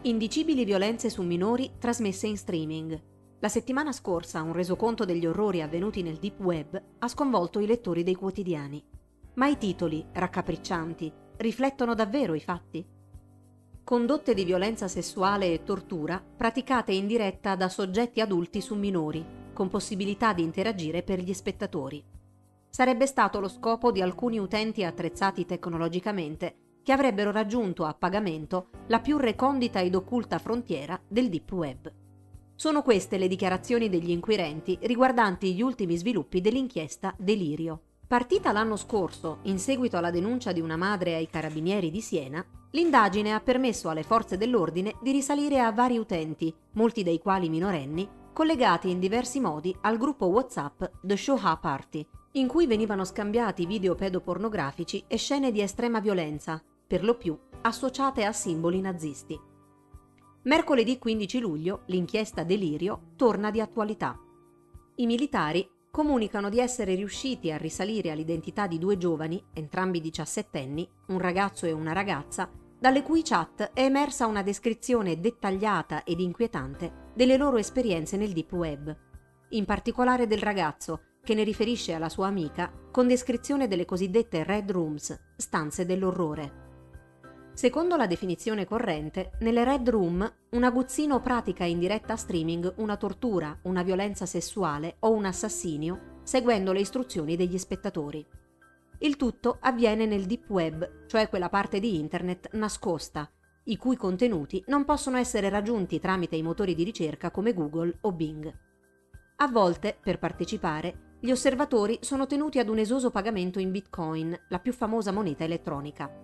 Indicibili violenze su minori trasmesse in streaming. La settimana scorsa un resoconto degli orrori avvenuti nel deep web ha sconvolto i lettori dei quotidiani. Ma i titoli, raccapriccianti, riflettono davvero i fatti? Condotte di violenza sessuale e tortura praticate in diretta da soggetti adulti su minori, con possibilità di interagire per gli spettatori. Sarebbe stato lo scopo di alcuni utenti attrezzati tecnologicamente che avrebbero raggiunto a pagamento la più recondita ed occulta frontiera del deep web. Sono queste le dichiarazioni degli inquirenti riguardanti gli ultimi sviluppi dell'inchiesta Delirio. Partita l'anno scorso, in seguito alla denuncia di una madre ai carabinieri di Siena, l'indagine ha permesso alle forze dell'ordine di risalire a vari utenti, molti dei quali minorenni, collegati in diversi modi al gruppo WhatsApp The Shoah Party, in cui venivano scambiati video pedopornografici e scene di estrema violenza, per lo più associate a simboli nazisti. Mercoledì 15 luglio l'inchiesta Delirio torna di attualità. I militari comunicano di essere riusciti a risalire all'identità di due giovani, entrambi diciassettenni, un ragazzo e una ragazza, dalle cui chat è emersa una descrizione dettagliata ed inquietante delle loro esperienze nel deep web, in particolare del ragazzo, che ne riferisce alla sua amica con descrizione delle cosiddette red rooms, stanze dell'orrore. Secondo la definizione corrente, nelle red room un aguzzino pratica in diretta streaming una tortura, una violenza sessuale o un assassinio, seguendo le istruzioni degli spettatori. Il tutto avviene nel deep web, cioè quella parte di internet nascosta, i cui contenuti non possono essere raggiunti tramite i motori di ricerca come Google o Bing. A volte, per partecipare, gli osservatori sono tenuti ad un esoso pagamento in Bitcoin, la più famosa moneta elettronica.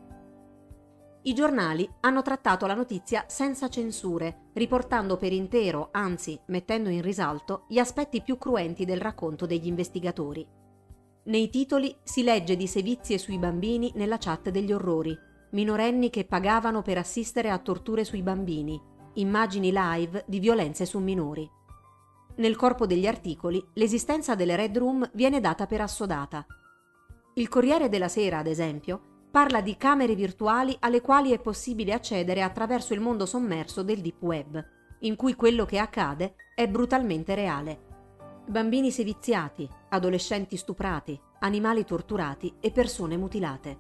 I giornali hanno trattato la notizia senza censure, riportando per intero, anzi mettendo in risalto, gli aspetti più cruenti del racconto degli investigatori. Nei titoli si legge di sevizie sui bambini nella chat degli orrori, minorenni che pagavano per assistere a torture sui bambini, immagini live di violenze su minori. Nel corpo degli articoli l'esistenza delle red room viene data per assodata. Il Corriere della Sera, ad esempio, parla di camere virtuali alle quali è possibile accedere attraverso il mondo sommerso del deep web, in cui quello che accade è brutalmente reale. Bambini seviziati, adolescenti stuprati, animali torturati e persone mutilate.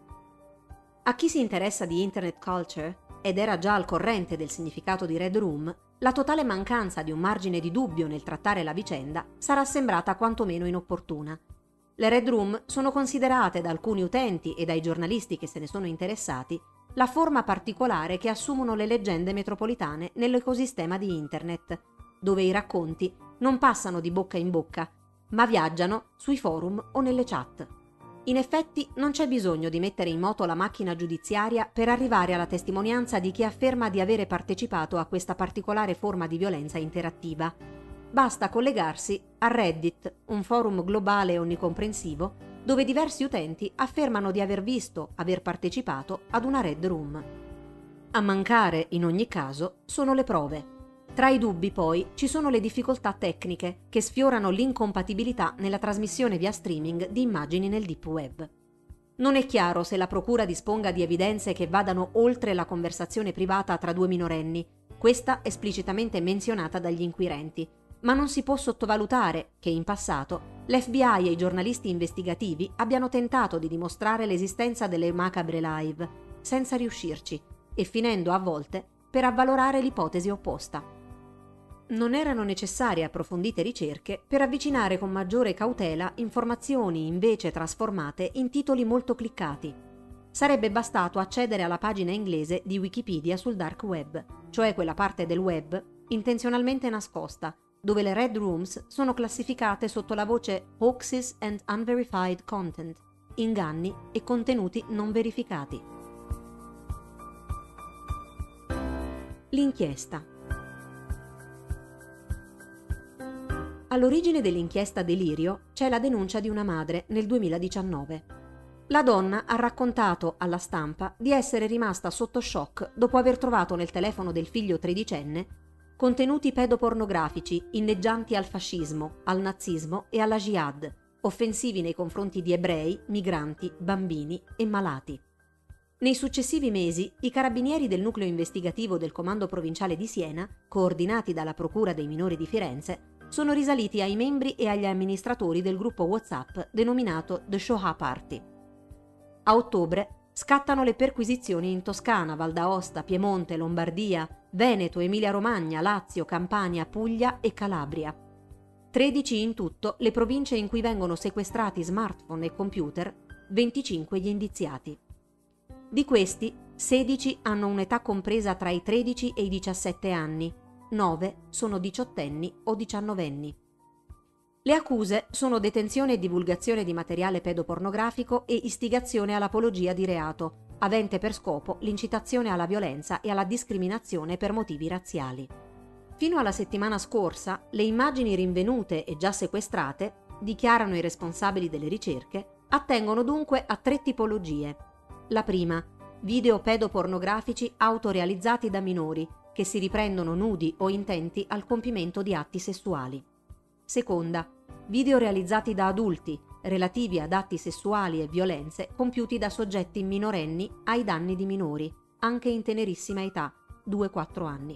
A chi si interessa di internet culture, ed era già al corrente del significato di red room, la totale mancanza di un margine di dubbio nel trattare la vicenda sarà sembrata quantomeno inopportuna. Le red room sono considerate da alcuni utenti e dai giornalisti che se ne sono interessati la forma particolare che assumono le leggende metropolitane nell'ecosistema di internet, dove i racconti non passano di bocca in bocca, ma viaggiano sui forum o nelle chat. In effetti non c'è bisogno di mettere in moto la macchina giudiziaria per arrivare alla testimonianza di chi afferma di avere partecipato a questa particolare forma di violenza interattiva. Basta collegarsi a Reddit, un forum globale e onnicomprensivo, dove diversi utenti affermano di aver visto, aver partecipato ad una red room. A mancare, in ogni caso, sono le prove. Tra i dubbi, poi, ci sono le difficoltà tecniche che sfiorano l'incompatibilità nella trasmissione via streaming di immagini nel deep web. Non è chiaro se la procura disponga di evidenze che vadano oltre la conversazione privata tra due minorenni, questa esplicitamente menzionata dagli inquirenti, ma non si può sottovalutare che in passato l'FBI e i giornalisti investigativi abbiano tentato di dimostrare l'esistenza delle macabre live, senza riuscirci, e finendo a volte per avvalorare l'ipotesi opposta. Non erano necessarie approfondite ricerche per avvicinare con maggiore cautela informazioni invece trasformate in titoli molto cliccati. Sarebbe bastato accedere alla pagina inglese di Wikipedia sul dark web, cioè quella parte del web intenzionalmente nascosta, dove le red rooms sono classificate sotto la voce Hoaxes and Unverified Content, inganni e contenuti non verificati. L'inchiesta. All'origine dell'inchiesta Delirio c'è la denuncia di una madre nel 2019. La donna ha raccontato alla stampa di essere rimasta sotto shock dopo aver trovato nel telefono del figlio tredicenne contenuti pedopornografici inneggianti al fascismo, al nazismo e alla jihad, offensivi nei confronti di ebrei, migranti, bambini e malati. Nei successivi mesi, i carabinieri del nucleo investigativo del Comando Provinciale di Siena, coordinati dalla Procura dei Minori di Firenze, sono risaliti ai membri e agli amministratori del gruppo WhatsApp denominato The Shoah Party. A ottobre scattano le perquisizioni in Toscana, Val d'Aosta, Piemonte, Lombardia, Veneto, Emilia-Romagna, Lazio, Campania, Puglia e Calabria. 13 in tutto le province in cui vengono sequestrati smartphone e computer, 25 gli indiziati. Di questi, 16 hanno un'età compresa tra i 13 e i 17 anni, 9 sono diciottenni o diciannovenni. Le accuse sono detenzione e divulgazione di materiale pedopornografico e istigazione all'apologia di reato, avente per scopo l'incitazione alla violenza e alla discriminazione per motivi razziali. Fino alla settimana scorsa, le immagini rinvenute e già sequestrate, dichiarano i responsabili delle ricerche, attengono dunque a 3 tipologie. La prima, video pedopornografici autorealizzati da minori, che si riprendono nudi o intenti al compimento di atti sessuali. Seconda, video realizzati da adulti, relativi ad atti sessuali e violenze compiuti da soggetti minorenni ai danni di minori, anche in tenerissima età, 2-4 anni.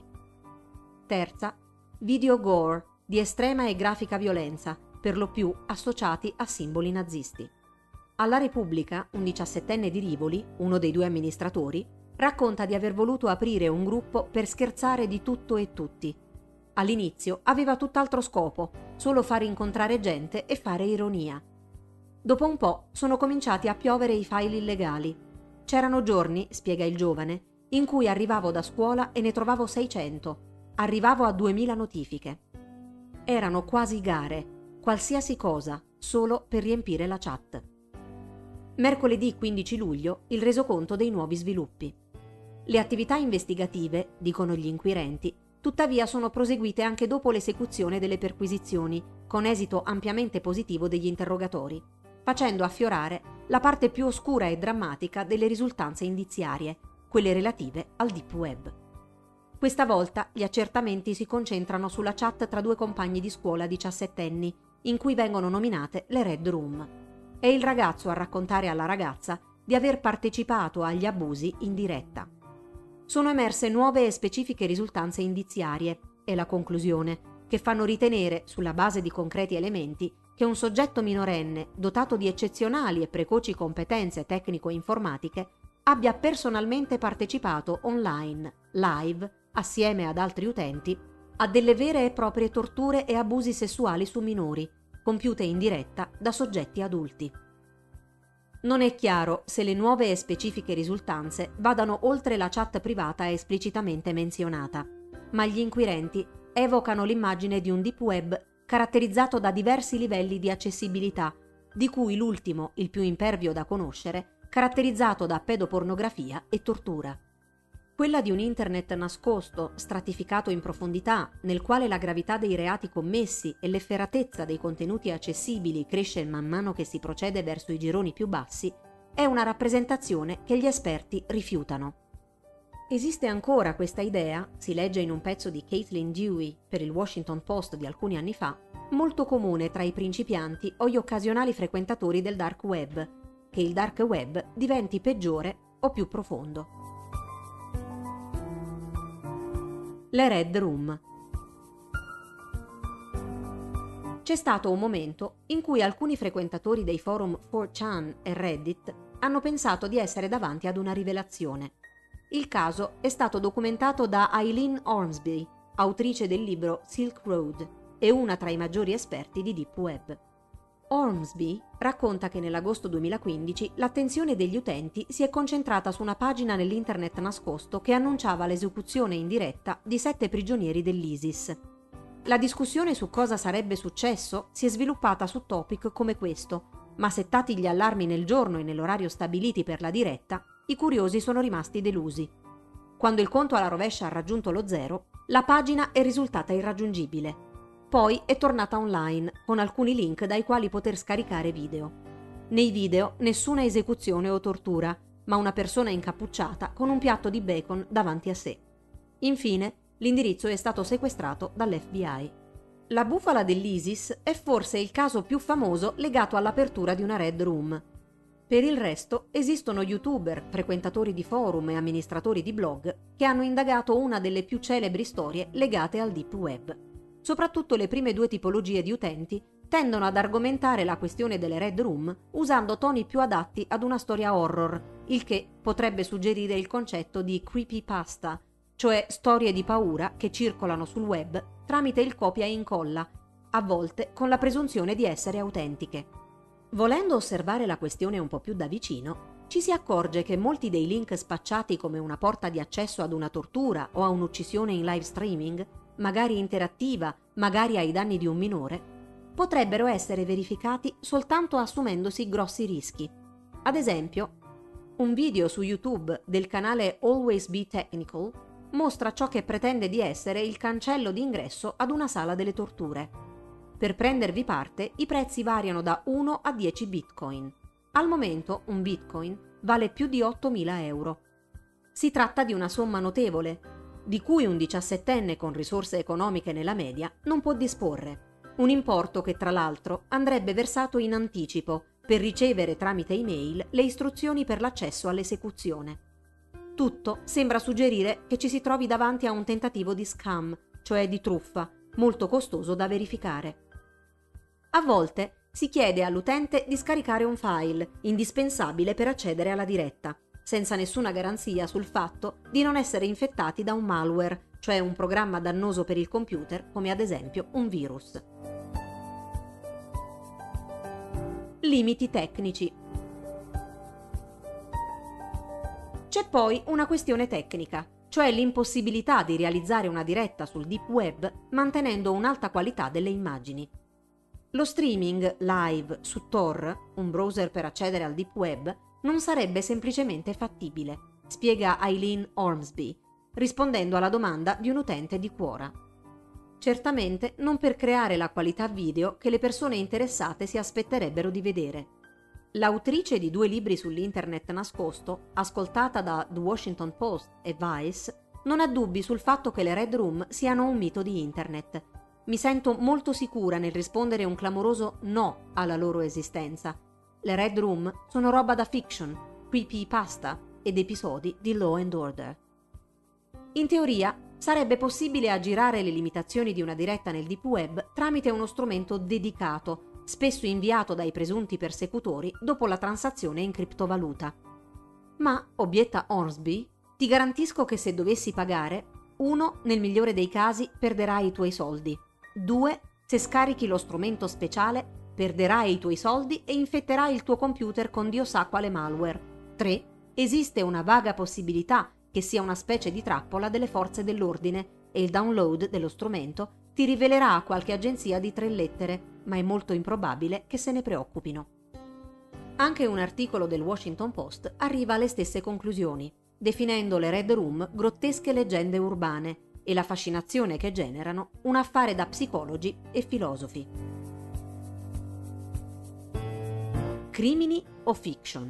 Terza, video gore, di estrema e grafica violenza, per lo più associati a simboli nazisti. Alla Repubblica, un 17enne di Rivoli, uno dei 2 amministratori, racconta di aver voluto aprire un gruppo per scherzare di tutto e tutti. All'inizio aveva tutt'altro scopo, solo far incontrare gente e fare ironia. Dopo un po' sono cominciati a piovere i file illegali. C'erano giorni, spiega il giovane, in cui arrivavo da scuola e ne trovavo 600. Arrivavo a 2000 notifiche. Erano quasi gare, qualsiasi cosa, solo per riempire la chat. Mercoledì 15 luglio il resoconto dei nuovi sviluppi. Le attività investigative, dicono gli inquirenti, tuttavia sono proseguite anche dopo l'esecuzione delle perquisizioni, con esito ampiamente positivo degli interrogatori, facendo affiorare la parte più oscura e drammatica delle risultanze indiziarie, quelle relative al Deep Web. Questa volta gli accertamenti si concentrano sulla chat tra 2 compagni di scuola 17enni, in cui vengono nominate le Red Room. È il ragazzo a raccontare alla ragazza di aver partecipato agli abusi in diretta. Sono emerse nuove e specifiche risultanze indiziarie, è la conclusione, che fanno ritenere, sulla base di concreti elementi, che un soggetto minorenne, dotato di eccezionali e precoci competenze tecnico-informatiche, abbia personalmente partecipato online, live, assieme ad altri utenti, a delle vere e proprie torture e abusi sessuali su minori, compiute in diretta da soggetti adulti. Non è chiaro se le nuove e specifiche risultanze vadano oltre la chat privata esplicitamente menzionata, ma gli inquirenti evocano l'immagine di un deep web caratterizzato da diversi livelli di accessibilità, di cui l'ultimo, il più impervio da conoscere, caratterizzato da pedopornografia e tortura. Quella di un internet nascosto, stratificato in profondità, nel quale la gravità dei reati commessi e l'efferatezza dei contenuti accessibili cresce man mano che si procede verso i gironi più bassi, è una rappresentazione che gli esperti rifiutano. Esiste ancora questa idea, si legge in un pezzo di Caitlin Dewey per il Washington Post di alcuni anni fa, molto comune tra i principianti o gli occasionali frequentatori del dark web, che il dark web diventi peggiore o più profondo. Le Red Room. C'è stato un momento in cui alcuni frequentatori dei forum 4chan e Reddit hanno pensato di essere davanti ad una rivelazione. Il caso è stato documentato da Eileen Ormsby, autrice del libro Silk Road e una tra i maggiori esperti di Deep Web. Ormsby racconta che nell'agosto 2015 l'attenzione degli utenti si è concentrata su una pagina nell'internet nascosto che annunciava l'esecuzione in diretta di 7 prigionieri dell'ISIS. La discussione su cosa sarebbe successo si è sviluppata su topic come questo, ma settati gli allarmi nel giorno e nell'orario stabiliti per la diretta, i curiosi sono rimasti delusi. Quando il conto alla rovescia ha raggiunto lo 0, la pagina è risultata irraggiungibile. Poi è tornata online, con alcuni link dai quali poter scaricare video. Nei video nessuna esecuzione o tortura, ma una persona incappucciata con un piatto di bacon davanti a sé. Infine, l'indirizzo è stato sequestrato dall'FBI. La bufala dell'ISIS è forse il caso più famoso legato all'apertura di una Red Room. Per il resto, esistono youtuber, frequentatori di forum e amministratori di blog che hanno indagato una delle più celebri storie legate al Deep Web. Soprattutto le prime due tipologie di utenti tendono ad argomentare la questione delle Red Room usando toni più adatti ad una storia horror, il che potrebbe suggerire il concetto di creepypasta, cioè storie di paura che circolano sul web tramite il copia e incolla, a volte con la presunzione di essere autentiche. Volendo osservare la questione un po' più da vicino, ci si accorge che molti dei link spacciati come una porta di accesso ad una tortura o a un'uccisione in live streaming, magari interattiva, magari ai danni di un minore, potrebbero essere verificati soltanto assumendosi grossi rischi. Ad esempio, un video su YouTube del canale Always Be Technical mostra ciò che pretende di essere il cancello d'ingresso ad una sala delle torture. Per prendervi parte, i prezzi variano da 1 a 10 bitcoin. Al momento, un bitcoin vale più di 8.000 euro. Si tratta di una somma notevole, di cui un 17enne con risorse economiche nella media non può disporre. Un importo che, tra l'altro, andrebbe versato in anticipo per ricevere tramite email le istruzioni per l'accesso all'esecuzione. Tutto sembra suggerire che ci si trovi davanti a un tentativo di scam, cioè di truffa, molto costoso da verificare. A volte si chiede all'utente di scaricare un file, indispensabile per accedere alla diretta, senza nessuna garanzia sul fatto di non essere infettati da un malware, cioè un programma dannoso per il computer, come ad esempio un virus. Limiti tecnici. C'è poi una questione tecnica, cioè l'impossibilità di realizzare una diretta sul Deep Web mantenendo un'alta qualità delle immagini. Lo streaming live su Tor, un browser per accedere al Deep Web, non sarebbe semplicemente fattibile, spiega Eileen Ormsby, rispondendo alla domanda di un utente di Quora. Certamente non per creare la qualità video che le persone interessate si aspetterebbero di vedere. L'autrice di 2 libri sull'internet nascosto, ascoltata da The Washington Post e Vice, non ha dubbi sul fatto che le Red Room siano un mito di internet. Mi sento molto sicura nel rispondere un clamoroso no alla loro esistenza. Le Red Room sono roba da fiction, creepypasta ed episodi di Law and Order. In teoria, sarebbe possibile aggirare le limitazioni di una diretta nel Deep Web tramite uno strumento dedicato, spesso inviato dai presunti persecutori dopo la transazione in criptovaluta. Ma, obietta Ormsby, ti garantisco che se dovessi pagare, 1, nel migliore dei casi, perderai i tuoi soldi. 2, se scarichi lo strumento speciale, perderai i tuoi soldi e infetterai il tuo computer con Dio sa quale malware. 3, esiste una vaga possibilità che sia una specie di trappola delle forze dell'ordine e il download dello strumento ti rivelerà qualche agenzia di 3 lettere, ma è molto improbabile che se ne preoccupino. Anche un articolo del Washington Post arriva alle stesse conclusioni, definendo le Red Room grottesche leggende urbane e la fascinazione che generano un affare da psicologi e filosofi. Crimini o fiction?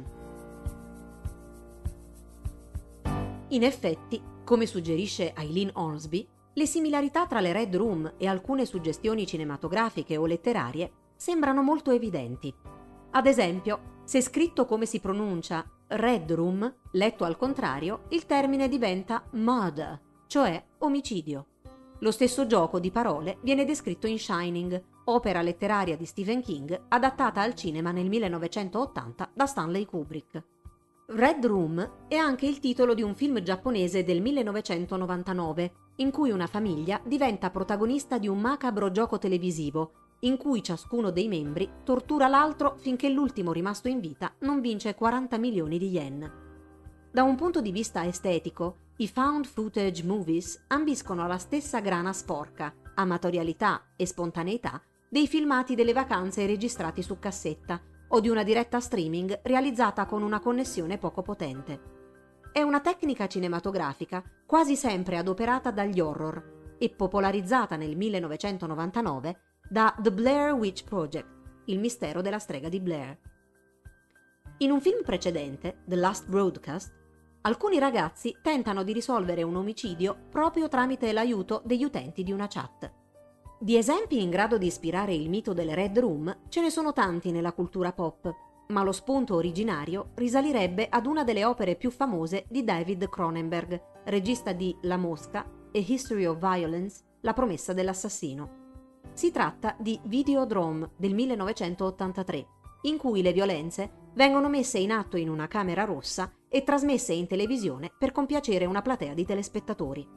In effetti, come suggerisce Eileen Ormsby, le similarità tra le Red Room e alcune suggestioni cinematografiche o letterarie sembrano molto evidenti. Ad esempio, se scritto come si pronuncia Red Room, letto al contrario, il termine diventa murder, cioè omicidio. Lo stesso gioco di parole viene descritto in Shining, opera letteraria di Stephen King adattata al cinema nel 1980 da Stanley Kubrick. Red Room è anche il titolo di un film giapponese del 1999, in cui una famiglia diventa protagonista di un macabro gioco televisivo, in cui ciascuno dei membri tortura l'altro finché l'ultimo rimasto in vita non vince 40 milioni di yen. Da un punto di vista estetico, i found footage movies ambiscono alla stessa grana sporca, amatorialità e spontaneità dei filmati delle vacanze registrati su cassetta o di una diretta streaming realizzata con una connessione poco potente. È una tecnica cinematografica quasi sempre adoperata dagli horror e popolarizzata nel 1999 da The Blair Witch Project, il mistero della strega di Blair. In un film precedente, The Last Broadcast, alcuni ragazzi tentano di risolvere un omicidio proprio tramite l'aiuto degli utenti di una chat. Di esempi in grado di ispirare il mito delle Red Room ce ne sono tanti nella cultura pop. ma lo spunto originario risalirebbe ad una delle opere più famose di David Cronenberg, regista di La Mosca e History of Violence, La promessa dell'assassino. Si tratta di Videodrome del 1983, in cui le violenze vengono messe in atto in una camera rossa e trasmesse in televisione per compiacere una platea di telespettatori.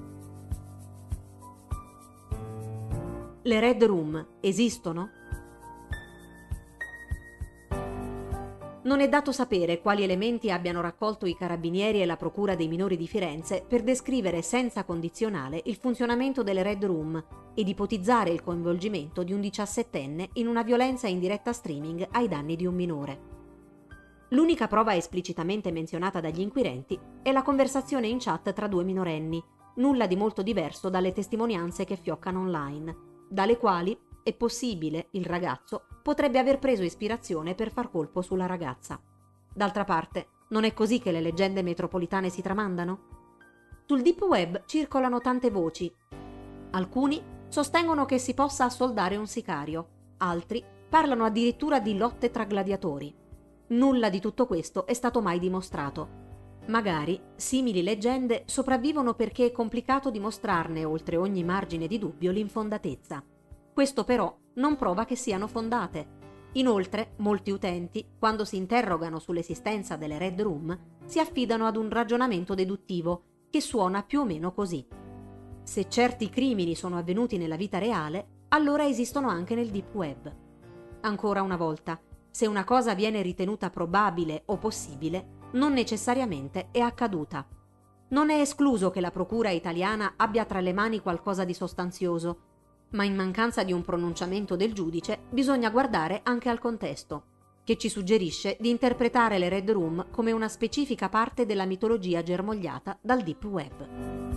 Le Red Room esistono? Non è dato sapere quali elementi abbiano raccolto i carabinieri e la procura dei minori di Firenze per descrivere senza condizionale il funzionamento delle Red Room ed ipotizzare il coinvolgimento di un 17enne in una violenza in diretta streaming ai danni di un minore. L'unica prova esplicitamente menzionata dagli inquirenti è la conversazione in chat tra due minorenni, nulla di molto diverso dalle testimonianze che fioccano online, dalle quali è possibile il ragazzo potrebbe aver preso ispirazione per far colpo sulla ragazza. D'altra parte, non è così che le leggende metropolitane si tramandano? Sul deep web circolano tante voci. Alcuni sostengono che si possa assoldare un sicario, altri parlano addirittura di lotte tra gladiatori. Nulla di tutto questo è stato mai dimostrato. Magari simili leggende sopravvivono perché è complicato dimostrarne oltre ogni margine di dubbio l'infondatezza. Questo però non prova che siano fondate. Inoltre, molti utenti, quando si interrogano sull'esistenza delle Red Room, si affidano ad un ragionamento deduttivo che suona più o meno così. Se certi crimini sono avvenuti nella vita reale, allora esistono anche nel deep web. Ancora una volta, se una cosa viene ritenuta probabile o possibile, non necessariamente è accaduta. Non è escluso che la procura italiana abbia tra le mani qualcosa di sostanzioso, ma in mancanza di un pronunciamento del giudice bisogna guardare anche al contesto, che ci suggerisce di interpretare le Red Room come una specifica parte della mitologia germogliata dal deep web.